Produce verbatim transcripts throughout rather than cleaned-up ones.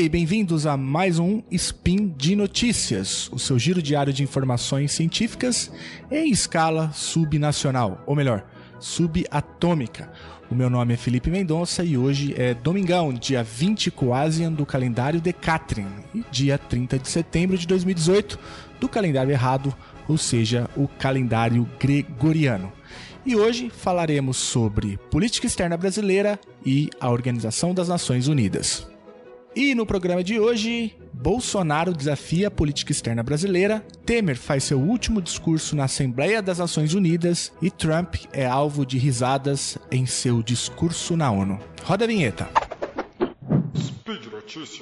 aí, bem-vindos a mais um Spin de Notícias, o seu giro diário de informações científicas em escala subnacional, ou melhor, subatômica. O meu nome é Felipe Mendonça e hoje é domingão, dia vinte Coasian do calendário Decatrian e dia trinta de setembro de dois mil e dezoito do calendário errado, ou seja, o calendário gregoriano. E hoje falaremos sobre política externa brasileira e a Organização das Nações Unidas. E no programa de hoje, Bolsonaro desafia a política externa brasileira, Temer faz seu último discurso na Assembleia das Nações Unidas e Trump é alvo de risadas em seu discurso na ONU. Roda a vinheta. Speed Notícias.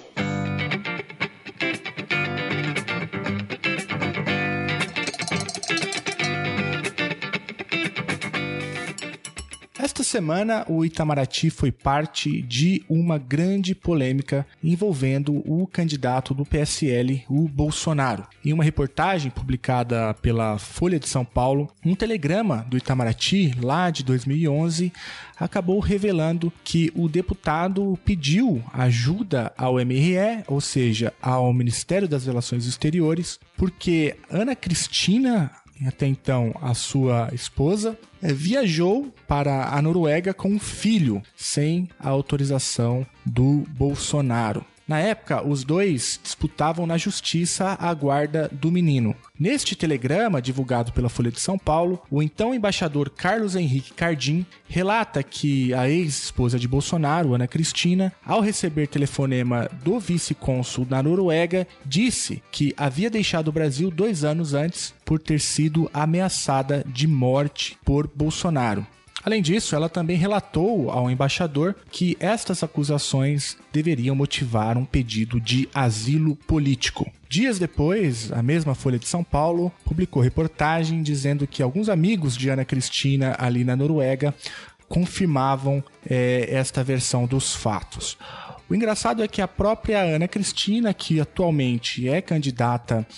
Esta semana, o Itamaraty foi parte de uma grande polêmica envolvendo o candidato do P S L, o Bolsonaro. Em uma reportagem publicada pela Folha de São Paulo, um telegrama do Itamaraty, lá de dois mil e onze, acabou revelando que o deputado pediu ajuda ao M R E, ou seja, ao Ministério das Relações Exteriores, porque Ana Cristina, até então a sua esposa, viajou para a Noruega com um filho, sem a autorização do Bolsonaro. Na época, os dois disputavam na justiça a guarda do menino. Neste telegrama, divulgado pela Folha de São Paulo, o então embaixador Carlos Henrique Cardim relata que a ex-esposa de Bolsonaro, Ana Cristina, ao receber telefonema do vice-cônsul da Noruega, disse que havia deixado o Brasil dois anos antes por ter sido ameaçada de morte por Bolsonaro. Além disso, ela também relatou ao embaixador que estas acusações deveriam motivar um pedido de asilo político. Dias depois, a mesma Folha de São Paulo publicou reportagem dizendo que alguns amigos de Ana Cristina ali na Noruega confirmavam é, esta versão dos fatos. O engraçado é que a própria Ana Cristina, que atualmente é candidata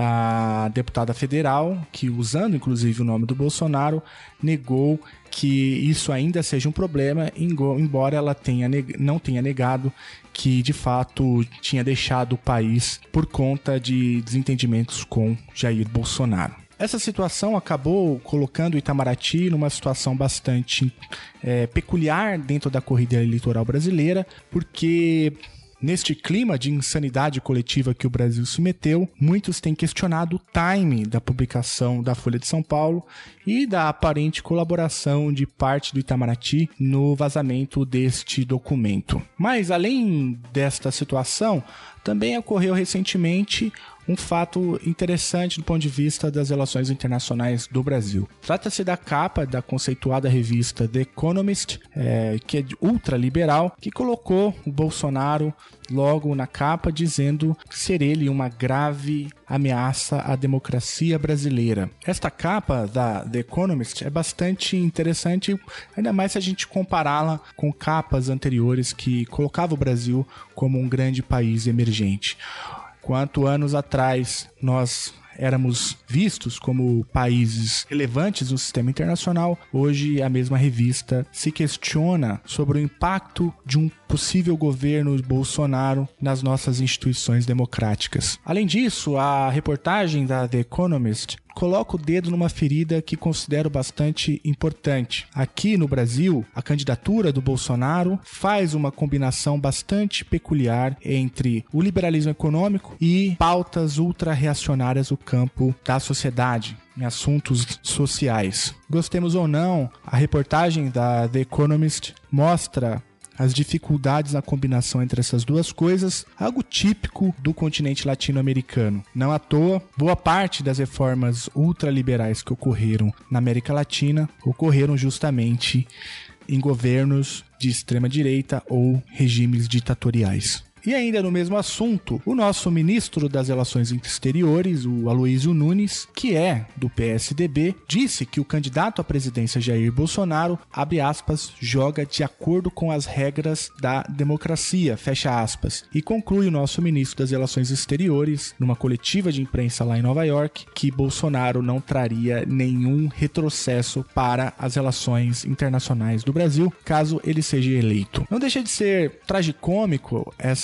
a deputada federal, que usando inclusive o nome do Bolsonaro, negou que isso ainda seja um problema, embora ela tenha, não tenha negado que de fato tinha deixado o país por conta de desentendimentos com Jair Bolsonaro. Essa situação acabou colocando o Itamaraty numa situação bastante é, peculiar dentro da corrida eleitoral brasileira, porque neste clima de insanidade coletiva que o Brasil se meteu, muitos têm questionado o timing da publicação da Folha de São Paulo e da aparente colaboração de parte do Itamaraty no vazamento deste documento. Mas, além desta situação, também ocorreu recentemente um fato interessante do ponto de vista das relações internacionais do Brasil. Trata-se da capa da conceituada revista The Economist, é, que é ultraliberal, que colocou o Bolsonaro logo na capa dizendo ser ele uma grave ameaça à democracia brasileira. Esta capa da The Economist é bastante interessante, ainda mais se a gente compará-la com capas anteriores que colocavam o Brasil como um grande país emergente. Quanto anos atrás nós éramos vistos como países relevantes no sistema internacional, hoje a mesma revista se questiona sobre o impacto de um possível governo de Bolsonaro nas nossas instituições democráticas. Além disso, a reportagem da The Economist coloca o dedo numa ferida que considero bastante importante. Aqui no Brasil, a candidatura do Bolsonaro faz uma combinação bastante peculiar entre o liberalismo econômico e pautas ultra-reacionárias no campo da sociedade, em assuntos sociais. Gostemos ou não, a reportagem da The Economist mostra as dificuldades na combinação entre essas duas coisas, algo típico do continente latino-americano. Não à toa, boa parte das reformas ultraliberais que ocorreram na América Latina ocorreram justamente em governos de extrema-direita ou regimes ditatoriais. E ainda no mesmo assunto, o nosso ministro das Relações Exteriores, o Aloysio Nunes, que é do P S D B, disse que o candidato à presidência Jair Bolsonaro, abre aspas, joga de acordo com as regras da democracia, fecha aspas, e conclui o nosso ministro das Relações Exteriores, numa coletiva de imprensa lá em Nova York, que Bolsonaro não traria nenhum retrocesso para as relações internacionais do Brasil, caso ele seja eleito. Não deixa de ser tragicômico essa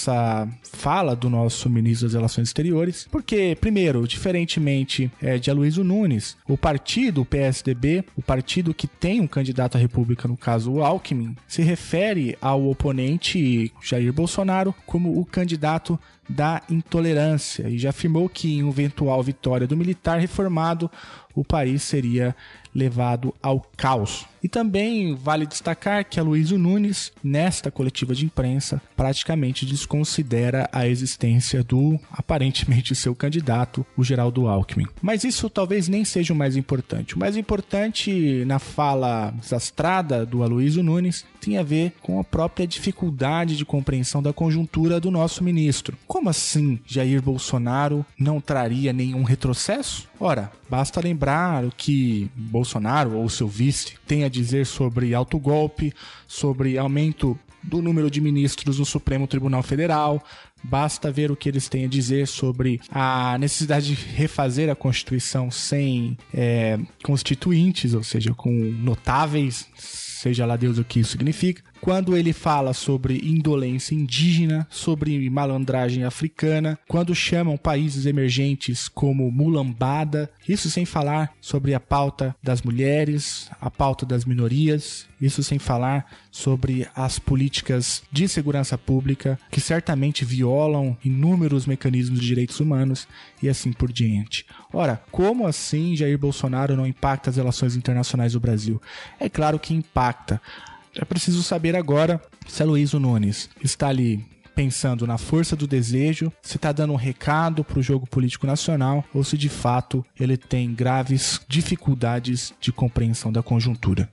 essa fala do nosso ministro das Relações Exteriores, porque, primeiro, diferentemente é, de Aloysio Nunes, o partido, o P S D B, o partido que tem um candidato à República, no caso o Alckmin, se refere ao oponente Jair Bolsonaro como o candidato da intolerância e já afirmou que em eventual vitória do militar reformado, o país seria levado ao caos. E também vale destacar que Aloysio Nunes, nesta coletiva de imprensa, praticamente desconsidera a existência do, aparentemente, seu candidato, o Geraldo Alckmin. Mas isso talvez nem seja o mais importante. O mais importante na fala desastrada do Aloysio Nunes tem a ver com a própria dificuldade de compreensão da conjuntura do nosso ministro. Como assim Jair Bolsonaro não traria nenhum retrocesso? Ora, basta lembrar o que Bolsonaro ou seu vice tem a dizer sobre autogolpe, sobre aumento do número de ministros do Supremo Tribunal Federal. Basta ver o que eles têm a dizer sobre a necessidade de refazer a Constituição sem é, constituintes, ou seja, com notáveis, seja lá Deus o que isso significa. Quando ele fala sobre indolência indígena, sobre malandragem africana, quando chamam países emergentes como mulambada, isso sem falar sobre a pauta das mulheres, a pauta das minorias, isso sem falar sobre as políticas de segurança pública que certamente violam inúmeros mecanismos de direitos humanos e assim por diante. Ora, como assim Jair Bolsonaro não impacta as relações internacionais do Brasil? É claro que impacta. É preciso saber agora se Aloysio Nunes está ali pensando na força do desejo, se está dando um recado para o jogo político nacional ou se de fato ele tem graves dificuldades de compreensão da conjuntura.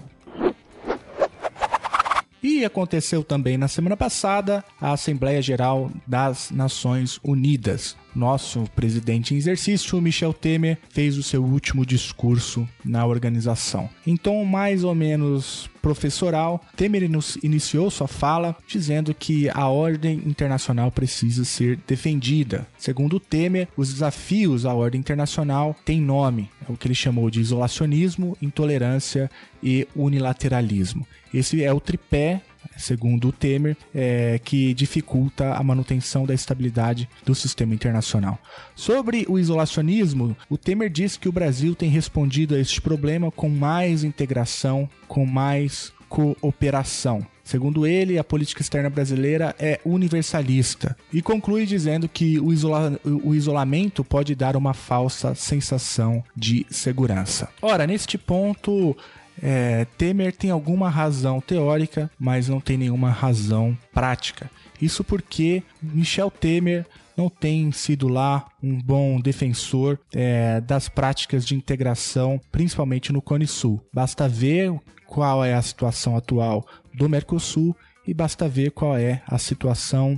E aconteceu também na semana passada a Assembleia Geral das Nações Unidas. Nosso presidente em exercício, Michel Temer, fez o seu último discurso na organização. Em tom mais ou menos professoral, Temer iniciou sua fala dizendo que a ordem internacional precisa ser defendida. Segundo Temer, os desafios à ordem internacional têm nome, é o que ele chamou de isolacionismo, intolerância e unilateralismo. Esse é o tripé, segundo o Temer, é, que dificulta a manutenção da estabilidade do sistema internacional. Sobre o isolacionismo, o Temer disse que o Brasil tem respondido a este problema com mais integração, com mais cooperação. Segundo ele, a política externa brasileira é universalista e conclui dizendo que o, isola- o isolamento pode dar uma falsa sensação de segurança. Ora, neste ponto, É, Temer tem alguma razão teórica, mas não tem nenhuma razão prática. Isso porque Michel Temer não tem sido lá um bom defensor é, das práticas de integração, principalmente no Cone Sul. Basta ver qual é a situação atual do Mercosul e basta ver qual é a situação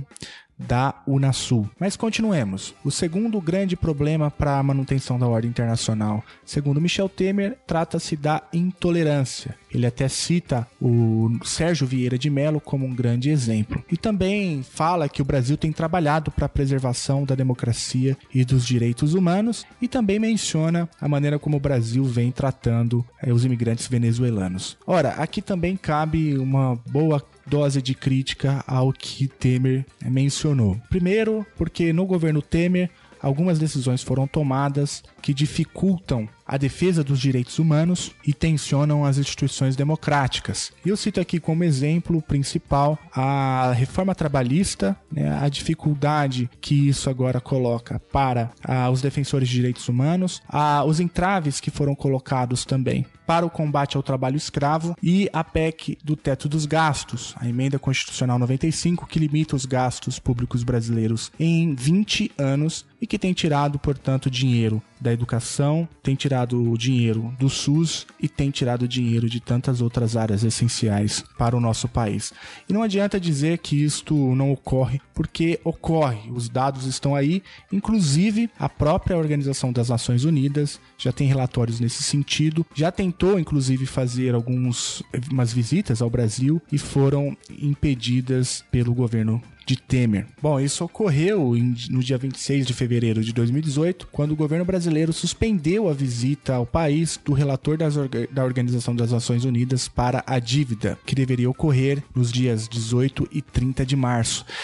da Unasul. Mas continuemos. O segundo grande problema para a manutenção da ordem internacional, segundo Michel Temer, trata-se da intolerância. Ele até cita o Sérgio Vieira de Mello como um grande exemplo. E também fala que o Brasil tem trabalhado para a preservação da democracia e dos direitos humanos e também menciona a maneira como o Brasil vem tratando eh, os imigrantes venezuelanos. Ora, aqui também cabe uma boa dose de crítica ao que Temer mencionou. Primeiro, porque no governo Temer, algumas decisões foram tomadas que dificultam a defesa dos direitos humanos e tensionam as instituições democráticas. Eu cito aqui como exemplo principal a reforma trabalhista, né, a dificuldade que isso agora coloca para ah, os defensores de direitos humanos, ah, os entraves que foram colocados também para o combate ao trabalho escravo e a P E C do teto dos gastos, a emenda constitucional noventa e cinco que limita os gastos públicos brasileiros em vinte anos e que tem tirado, portanto, dinheiro da educação, tem tirado o dinheiro do SUS e tem tirado o dinheiro de tantas outras áreas essenciais para o nosso país. E não adianta dizer que isto não ocorre, porque ocorre, os dados estão aí, inclusive a própria Organização das Nações Unidas já tem relatórios nesse sentido, já tentou inclusive fazer algumas visitas ao Brasil e foram impedidas pelo governo de Temer. Bom, isso ocorreu no dia vinte e seis de fevereiro de dois mil e dezoito, quando o governo brasileiro suspendeu a visita ao país do relator das orga- da Organização das Nações Unidas para a dívida, que deveria ocorrer nos dias dezoito e trinta de março.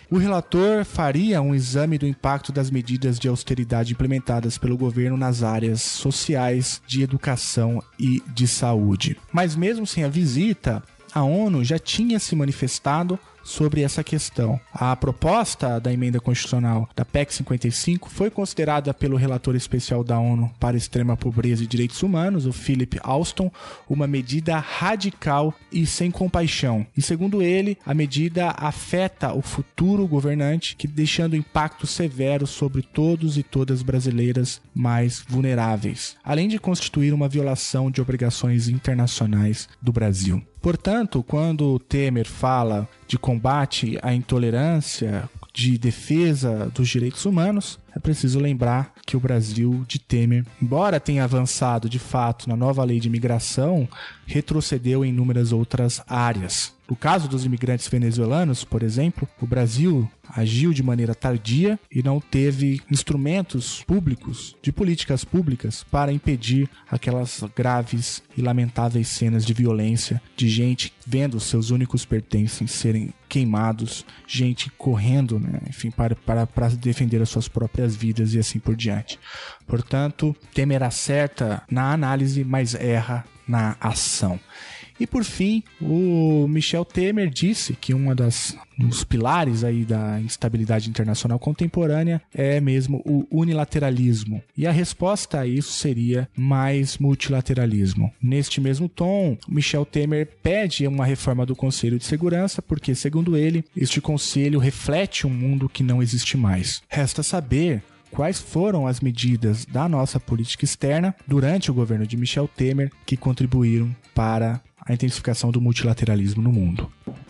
O relator faria um exame do impacto das medidas de austeridade implementadas pelo governo nas áreas sociais, de educação e de saúde. Mas mesmo sem a visita, a ONU já tinha se manifestado sobre essa questão. A proposta da emenda constitucional da P E C cinquenta e cinco foi considerada pelo relator especial da ONU para a extrema pobreza e direitos humanos, o Philip Alston, uma medida radical e sem compaixão. E segundo ele, a medida afeta o futuro governante, que deixando impacto severo sobre todos e todas brasileiras mais vulneráveis, além de constituir uma violação de obrigações internacionais do Brasil. Portanto, quando Temer fala de combate à intolerância, de defesa dos direitos humanos, é preciso lembrar que o Brasil de Temer, embora tenha avançado de fato na nova lei de imigração, retrocedeu em inúmeras outras áreas. No caso dos imigrantes venezuelanos, por exemplo, o Brasil agiu de maneira tardia e não teve instrumentos públicos, de políticas públicas, para impedir aquelas graves e lamentáveis cenas de violência, de gente vendo seus únicos pertences serem queimados, gente correndo, né, enfim, para, para, para defender as suas próprias vidas e assim por diante. Portanto, Temer acerta na análise, mas erra na ação. E por fim, o Michel Temer disse que um das, dos pilares aí da instabilidade internacional contemporânea é mesmo o unilateralismo. E a resposta a isso seria mais multilateralismo. Neste mesmo tom, Michel Temer pede uma reforma do Conselho de Segurança porque, segundo ele, este conselho reflete um mundo que não existe mais. Resta saber quais foram as medidas da nossa política externa durante o governo de Michel Temer que contribuíram para a intensificação do multilateralismo no mundo.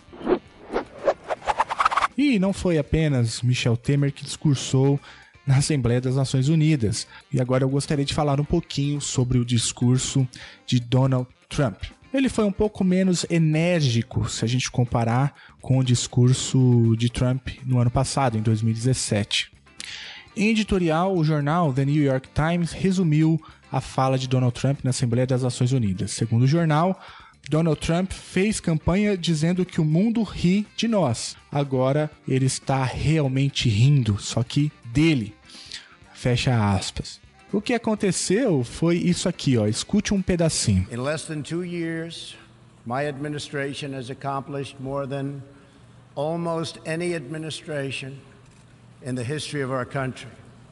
E não foi apenas Michel Temer que discursou na Assembleia das Nações Unidas. E agora eu gostaria de falar um pouquinho sobre o discurso de Donald Trump. Ele foi um pouco menos enérgico se a gente comparar com o discurso de Trump no ano passado, em dois mil e dezessete. Em editorial, o jornal The New York Times resumiu a fala de Donald Trump na Assembleia das Nações Unidas. Segundo o jornal, Donald Trump fez campanha dizendo que o mundo ri de nós. Agora ele está realmente rindo, só que dele. Fecha aspas. O que aconteceu foi isso aqui, ó. Escute um pedacinho. In less than two years, my administration has accomplished more than almost any administration in the history of our country.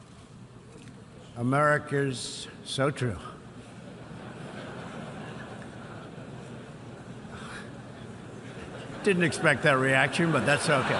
America's so true. Didn't expect that reaction, but that's okay.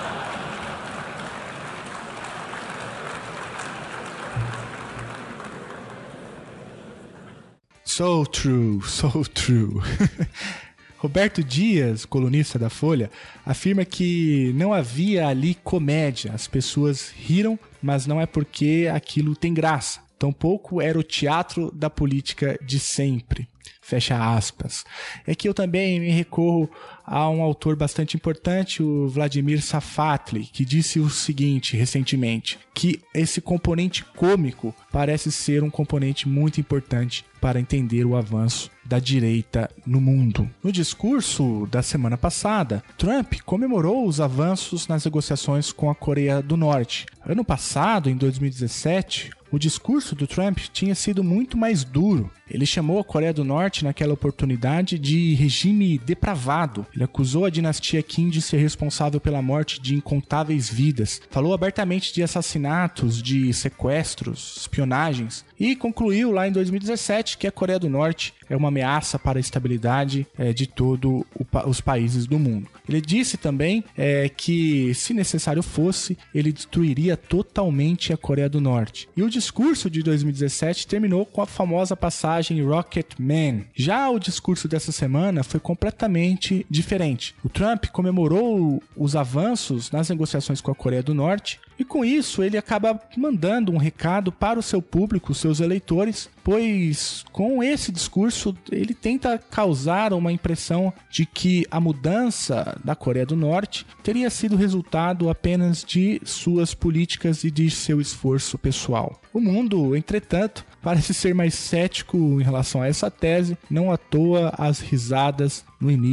So true, so true. Roberto Dias, colunista da Folha, afirma que não havia ali comédia. As pessoas riram, mas não é porque aquilo tem graça. Tampouco era o teatro da política de sempre. Fecha aspas. É que eu também me recorro a um autor bastante importante, o Vladimir Safatli, que disse o seguinte recentemente, que esse componente cômico parece ser um componente muito importante para entender o avanço da direita no mundo. No discurso da semana passada, Trump comemorou os avanços nas negociações com a Coreia do Norte. Ano passado, em dois mil e dezessete, o discurso do Trump tinha sido muito mais duro. Ele chamou a Coreia do Norte, naquela oportunidade, de regime depravado. Ele acusou a dinastia Kim de ser responsável pela morte de incontáveis vidas. Falou abertamente de assassinatos, de sequestros, espionagens. E concluiu lá em dois mil e dezessete que a Coreia do Norte é uma ameaça para a estabilidade é, de todos os países do mundo. Ele disse também é, que, se necessário fosse, ele destruiria totalmente a Coreia do Norte. E o discurso de dois mil e dezessete terminou com a famosa passagem Rocket Man. Já o discurso dessa semana foi completamente diferente. O Trump comemorou os avanços nas negociações com a Coreia do Norte e, com isso, ele acaba mandando um recado para o seu público, os seus eleitores, pois com esse discurso ele tenta causar uma impressão de que a mudança da Coreia do Norte teria sido resultado apenas de suas políticas e de seu esforço pessoal. O mundo, entretanto, parece ser mais cético em relação a essa tese, não à toa as risadas no início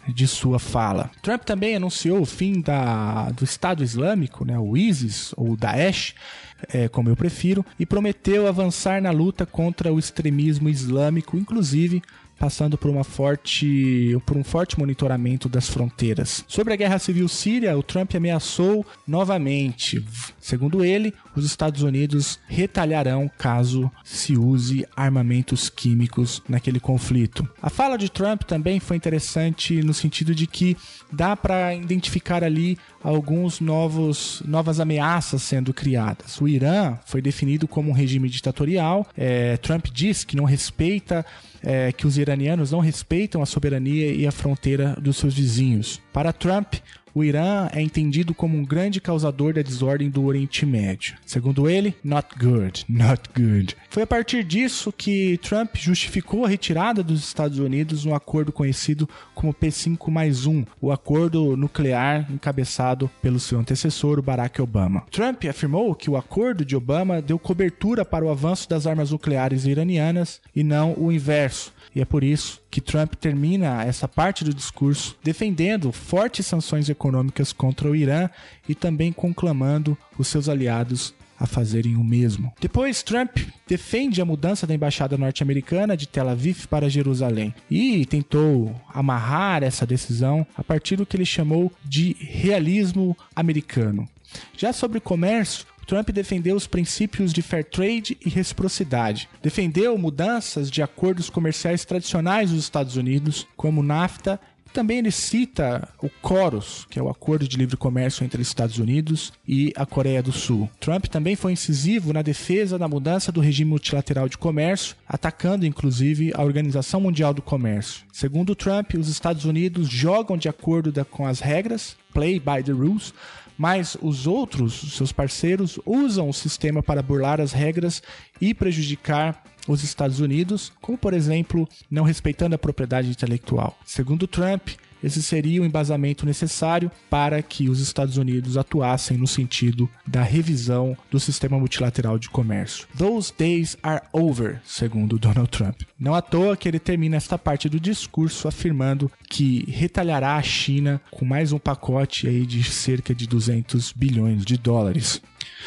de sua fala. Trump também anunciou o fim da, do Estado Islâmico, né, o ISIS ou Daesh, é, como eu prefiro, e prometeu avançar na luta contra o extremismo islâmico, inclusive passando por, uma forte, por um forte monitoramento das fronteiras. Sobre a guerra civil síria, o Trump ameaçou novamente. Segundo ele, os Estados Unidos retalharão caso se use armamentos químicos naquele conflito. A fala de Trump também foi interessante no sentido de que dá para identificar ali alguns novos novas ameaças sendo criadas. O Irã foi definido como um regime ditatorial. É, Trump diz que não respeita É, que os iranianos não respeitam a soberania e a fronteira dos seus vizinhos. Para Trump, o Irã é entendido como um grande causador da desordem do Oriente Médio. Segundo ele, not good, not good. Foi a partir disso que Trump justificou a retirada dos Estados Unidos no acordo conhecido como P cinco mais um, o acordo nuclear encabeçado pelo seu antecessor, Barack Obama. Trump afirmou que o acordo de Obama deu cobertura para o avanço das armas nucleares iranianas e não o inverso. E é por isso que Trump termina essa parte do discurso defendendo fortes sanções econômicas contra o Irã e também conclamando os seus aliados a fazerem o mesmo. Depois, Trump defende a mudança da embaixada norte-americana de Tel Aviv para Jerusalém e tentou amarrar essa decisão a partir do que ele chamou de realismo americano. Já sobre comércio, Trump defendeu os princípios de fair trade e reciprocidade. Defendeu mudanças de acordos comerciais tradicionais dos Estados Unidos, como o NAFTA. Também ele cita o KORUS, que é o Acordo de Livre Comércio entre os Estados Unidos e a Coreia do Sul. Trump também foi incisivo na defesa da mudança do regime multilateral de comércio, atacando inclusive a Organização Mundial do Comércio. Segundo Trump, os Estados Unidos jogam de acordo com as regras, play by the rules, mas os outros, os seus parceiros, usam o sistema para burlar as regras e prejudicar os Estados Unidos, como, por exemplo, não respeitando a propriedade intelectual. Segundo Trump, esse seria o embasamento necessário para que os Estados Unidos atuassem no sentido da revisão do sistema multilateral de comércio. Those days are over, segundo Donald Trump. Não à toa que ele termina esta parte do discurso afirmando que retalhará a China com mais um pacote aí de cerca de duzentos bilhões de dólares.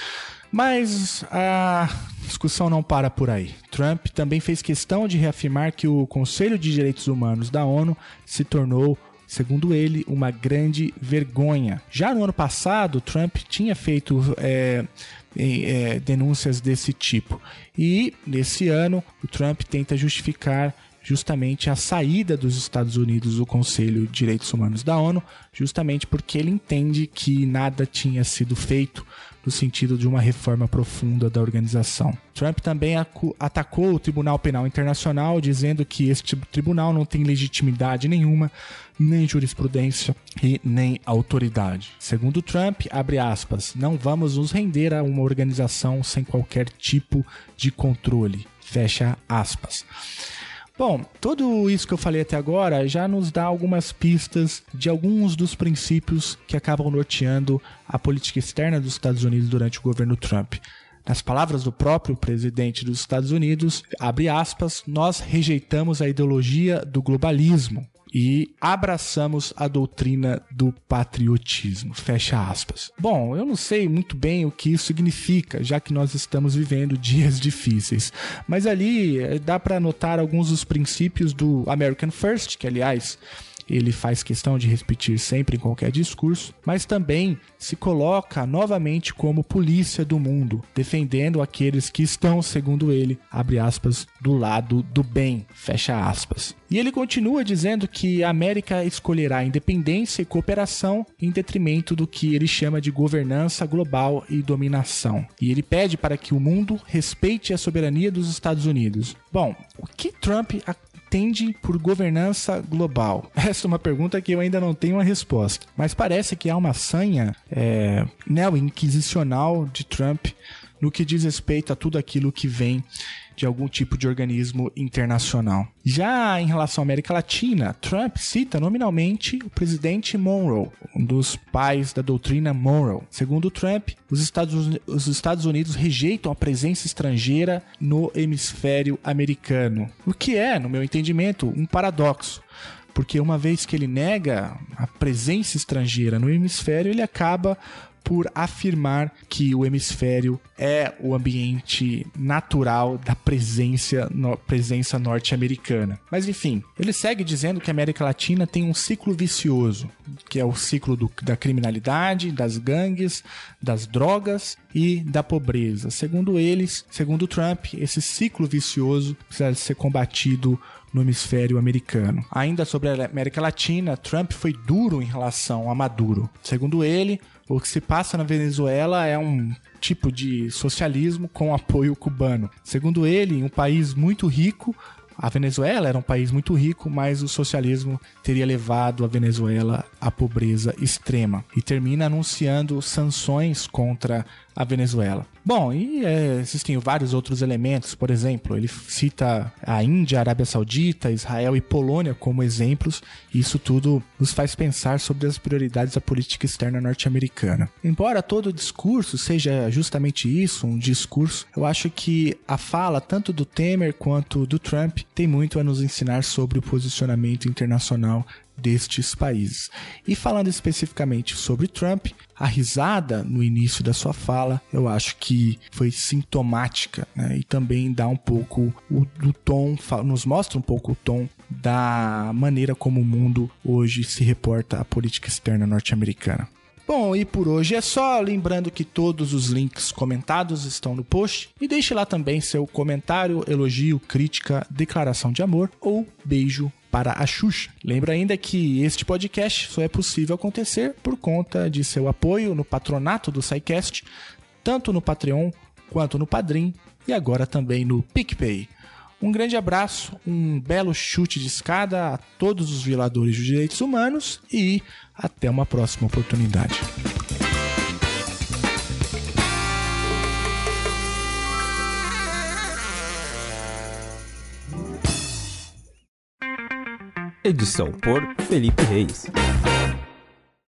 Mas a discussão não para por aí. Trump também fez questão de reafirmar que o Conselho de Direitos Humanos da ONU se tornou, segundo ele, uma grande vergonha. Já no ano passado, Trump tinha feito é, é, denúncias desse tipo. E, nesse ano, o Trump tenta justificar justamente a saída dos Estados Unidos do Conselho de Direitos Humanos da ONU, justamente porque ele entende que nada tinha sido feito no sentido de uma reforma profunda da organização. Trump também atacou o Tribunal Penal Internacional, dizendo que este tribunal não tem legitimidade nenhuma, nem jurisprudência e nem autoridade. Segundo Trump, abre aspas, não vamos nos render a uma organização sem qualquer tipo de controle, fecha aspas. Bom, tudo isso que eu falei até agora já nos dá algumas pistas de alguns dos princípios que acabam norteando a política externa dos Estados Unidos durante o governo Trump. Nas palavras do próprio presidente dos Estados Unidos, abre aspas, nós rejeitamos a ideologia do globalismo e abraçamos a doutrina do patriotismo, fecha aspas. Bom, eu não sei muito bem o que isso significa, já que nós estamos vivendo dias difíceis, mas ali dá para notar alguns dos princípios do American First, que aliás ele faz questão de repetir sempre em qualquer discurso, mas também se coloca novamente como polícia do mundo, defendendo aqueles que estão, segundo ele, abre aspas, do lado do bem, fecha aspas. E ele continua dizendo que a América escolherá independência e cooperação em detrimento do que ele chama de governança global e dominação. E ele pede para que o mundo respeite a soberania dos Estados Unidos. Bom, o que Trump entende por governança global? Essa é uma pergunta que eu ainda não tenho uma resposta, mas parece que há uma sanha é, neo-inquisicional de Trump no que diz respeito a tudo aquilo que vem de algum tipo de organismo internacional. Já em relação à América Latina, Trump cita nominalmente o presidente Monroe, um dos pais da doutrina Monroe. Segundo Trump, os Estados, os Estados Unidos rejeitam a presença estrangeira no hemisfério americano, o que é, no meu entendimento, um paradoxo. porque uma vez que ele nega a presença estrangeira no hemisfério, ele acaba por afirmar que o hemisfério é o ambiente natural da presença, no, presença norte-americana. Mas enfim, ele segue dizendo que a América Latina tem um ciclo vicioso, que é o ciclo do, da criminalidade, das gangues, das drogas e da pobreza. Segundo eles, segundo Trump, esse ciclo vicioso precisa ser combatido no hemisfério americano. Ainda sobre a América Latina, Trump foi duro em relação a Maduro. Segundo ele, o que se passa na Venezuela é um tipo de socialismo com apoio cubano. Segundo ele, em um país muito rico, a Venezuela era um país muito rico, mas o socialismo teria levado a Venezuela à pobreza extrema. E termina anunciando sanções contra a Venezuela. Bom, e é, existem vários outros elementos. Por exemplo, ele cita a Índia, a Arábia Saudita, Israel e Polônia como exemplos. E isso tudo nos faz pensar sobre as prioridades da política externa norte-americana. Embora todo o discurso seja justamente isso, um discurso, eu acho que a fala tanto do Temer quanto do Trump tem muito a nos ensinar sobre o posicionamento internacional destes países. E falando especificamente sobre Trump, a risada no início da sua fala, eu acho que foi sintomática, né? E também dá um pouco o, o tom, nos mostra um pouco o tom da maneira como o mundo hoje se reporta à política externa norte-americana. Bom, e por hoje é só, lembrando que todos os links comentados estão no post, e deixe lá também seu comentário, elogio, crítica, declaração de amor ou beijo para a Xuxa. Lembra ainda que este podcast só é possível acontecer por conta de seu apoio no patronato do SciCast, tanto no Patreon quanto no Padrim e agora também no PicPay. Um grande abraço, um belo chute de escada a todos os violadores dos direitos humanos e até uma próxima oportunidade. Edição por Felipe Reis.